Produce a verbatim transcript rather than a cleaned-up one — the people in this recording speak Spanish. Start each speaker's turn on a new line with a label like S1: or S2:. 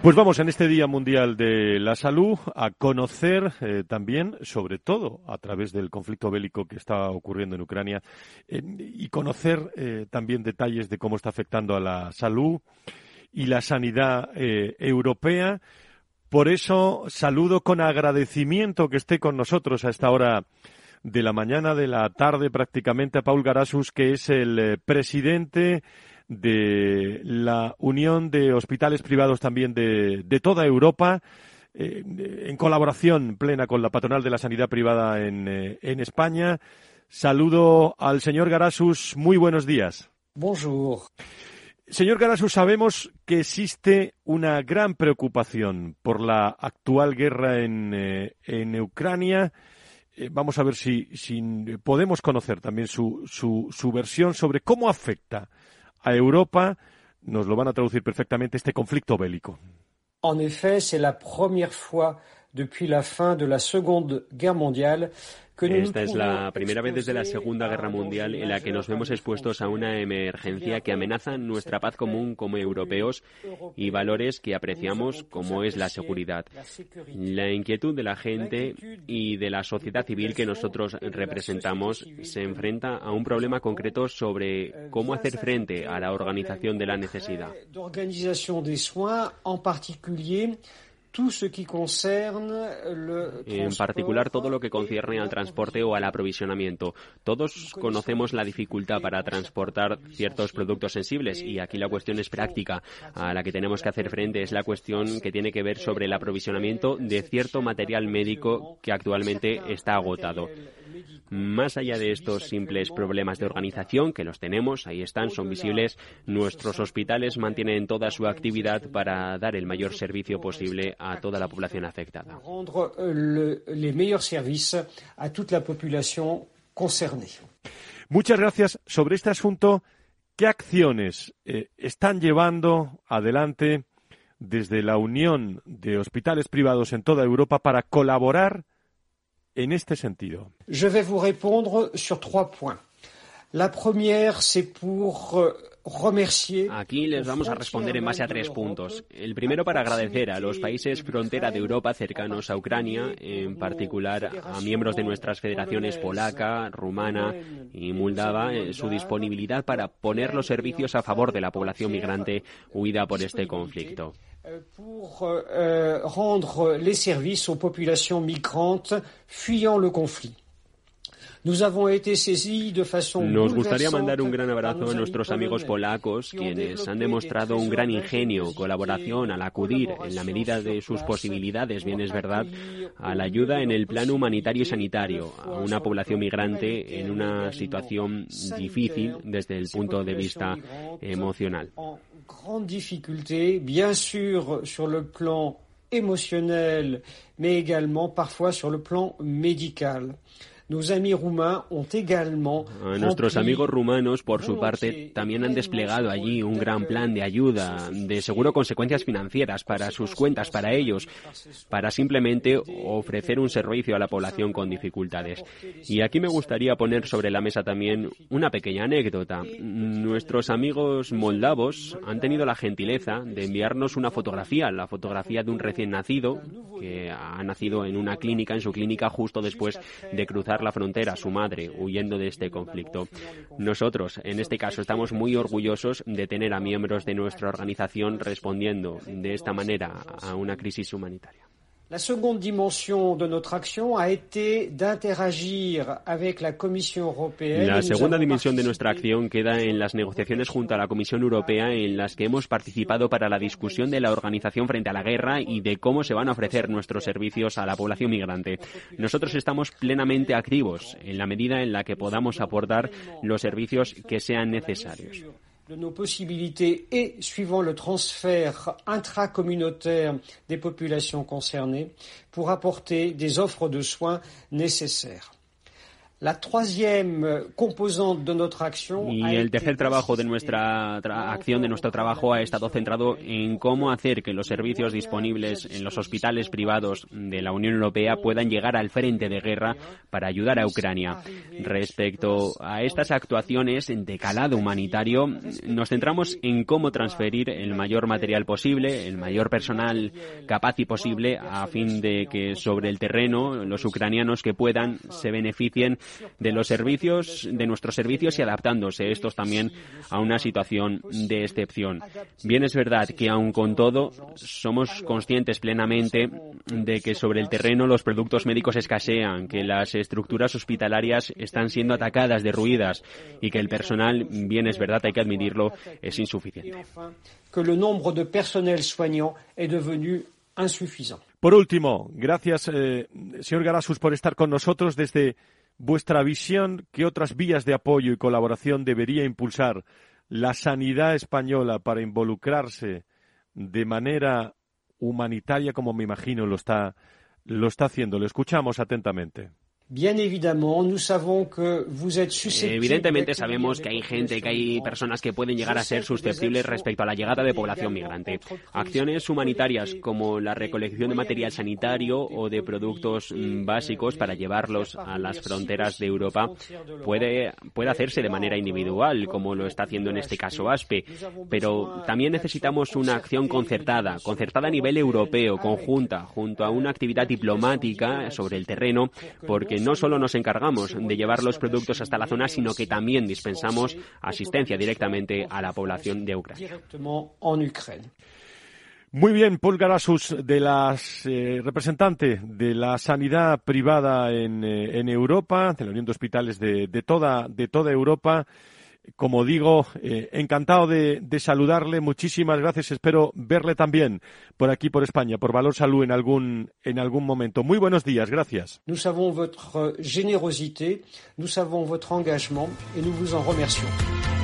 S1: Pues vamos en este Día Mundial de la Salud a conocer eh, también, sobre todo a través del conflicto bélico que está ocurriendo en Ucrania, eh, y conocer eh, también detalles de cómo está afectando a la salud y la sanidad eh, europea. Por eso saludo con agradecimiento que esté con nosotros a esta hora de la mañana, de la tarde prácticamente, a Paul Garasus, que es el eh, presidente de la Unión de Hospitales Privados también de, de toda Europa, eh, en colaboración plena con la Patronal de la Sanidad Privada en, eh, en España. Saludo al señor Garasus, muy buenos días.
S2: Bonjour.
S1: Señor Garasus, sabemos que existe una gran preocupación por la actual guerra en, eh, en Ucrania. Eh, vamos a ver si, si podemos conocer también su, su, su versión sobre cómo afecta a Europa, nos lo van a traducir perfectamente, este conflicto bélico.
S2: En effet, c'est la première fois depuis la fin de la Seconde Guerre mondiale que nous
S3: Esta es la primera vez desde la Segunda Guerra Mundial en la que nos vemos expuestos a una emergencia que amenaza nuestra paz común como europeos y valores que apreciamos como es la seguridad. La inquietud de la gente y de la sociedad civil que nosotros representamos se enfrenta a un problema concreto sobre cómo hacer frente a la organización de la necesidad. En particular, todo lo que concierne al transporte o al aprovisionamiento. Todos conocemos la dificultad para transportar ciertos productos sensibles y aquí la cuestión es práctica. A la que tenemos que hacer frente es la cuestión que tiene que ver sobre el aprovisionamiento de cierto material médico que actualmente está agotado. Más allá de estos simples problemas de organización, que los tenemos, ahí están, son visibles, nuestros hospitales mantienen toda su actividad para dar el mayor servicio posible a toda la población afectada.
S1: Muchas gracias. Sobre este asunto, ¿qué acciones eh, están llevando adelante desde la Unión de Hospitales Privados en toda Europa para colaborar en este sentido?
S2: Je vais vous répondre sur trois points. La première, c'est pour remercier.
S3: Aquí les vamos a responder en base a tres puntos. El primero, para agradecer a los países frontera de Europa cercanos a Ucrania, en particular a miembros de nuestras federaciones polaca, rumana y moldava, su disponibilidad para poner los servicios a favor de la población migrante huida por este conflicto.
S2: Pour euh, rendre les services aux populations migrantes fuyant le conflit. Nos
S3: gustaría mandar un gran abrazo a nuestros amigos polacos, quienes han demostrado un gran ingenio, colaboración al acudir, en la medida de sus posibilidades, bien es verdad, a la ayuda en el plano humanitario y sanitario, a una población migrante en una situación difícil desde el punto de vista emocional.
S2: Grande difficulté, bien sûr, sur le plan émotionnel, mais également parfois sur le plan médical. Nos amis roumains ont également
S3: a nuestros amigos rumanos, por su parte, también han desplegado allí un gran plan de ayuda, de seguro consecuencias financieras para sus cuentas, para ellos, para simplemente ofrecer un servicio a la población con dificultades. Y aquí me gustaría poner sobre la mesa también una pequeña anécdota. Nuestros amigos moldavos han tenido la gentileza de enviarnos una fotografía, la fotografía de un recién nacido que ha nacido en una clínica, en su clínica, justo después de cruzar la frontera, su madre, huyendo de este conflicto. Nosotros, en este caso, estamos muy orgullosos de tener a miembros de nuestra organización respondiendo de esta manera a una crisis humanitaria.
S2: La seconde dimension de notre action a été d'interagir avec la Commission européenne.
S3: La segunda dimensión de nuestra acción queda en las negociaciones junto a la Comisión Europea, en las que hemos participado para la discusión de la organización frente a la guerra y de cómo se van a ofrecer nuestros servicios a la población migrante. Nosotros estamos plenamente activos en la medida en la que podamos aportar los servicios que sean necesarios.
S2: De nos possibilités et suivant le transfert intracommunautaire des populations concernées pour apporter des offres de soins nécessaires. La troisième composante de notre action
S3: y el tercer trabajo de nuestra tra- acción, de nuestro trabajo, ha estado centrado en cómo hacer que los servicios disponibles en los hospitales privados de la Unión Europea puedan llegar al frente de guerra para ayudar a Ucrania. Respecto a estas actuaciones de calado humanitario, nos centramos en cómo transferir el mayor material posible, el mayor personal capaz y posible, a fin de que sobre el terreno los ucranianos que puedan se beneficien de los servicios, de nuestros servicios, y adaptándose estos también a una situación de excepción. Bien, es verdad que aun con todo somos conscientes plenamente de que sobre el terreno los productos médicos escasean, que las estructuras hospitalarias están siendo atacadas, derruidas, y que el personal, bien es verdad, hay que admitirlo, es insuficiente.
S2: Que el número de personal soignant es devenu insuffisant.
S1: Por último, gracias, eh, señor Garasus, por estar con nosotros. Desde vuestra visión, ¿qué otras vías de apoyo y colaboración debería impulsar la sanidad española para involucrarse de manera humanitaria, como me imagino lo está, lo está haciendo? Lo escuchamos atentamente.
S2: Bien évidemment, nous savons que vous êtes susceptibles.
S3: Evidentemente sabemos que hay gente, que hay personas que pueden llegar a ser susceptibles respecto a la llegada de población migrante. Acciones humanitarias como la recolección de material sanitario o de productos básicos para llevarlos a las fronteras de Europa puede, puede hacerse de manera individual, como lo está haciendo en este caso ASPE, pero también necesitamos una acción concertada, concertada a nivel europeo, conjunta, junto a una actividad diplomática sobre el terreno, porque no solo nos encargamos de llevar los productos hasta la zona, sino que también dispensamos asistencia directamente a la población de Ucrania.
S1: Muy bien, Paul Garasus, de las eh, representante de la sanidad privada en, eh, en Europa, de la Unión de Hospitales de, de toda de toda Europa. Como digo, eh, encantado de, de saludarle. Muchísimas gracias. Espero verle también por aquí, por España, por Valor Salud en algún en algún momento. Muy buenos días. Gracias.
S2: Nous savons votre générosité, nous savons votre engagement et nous vous en remercions.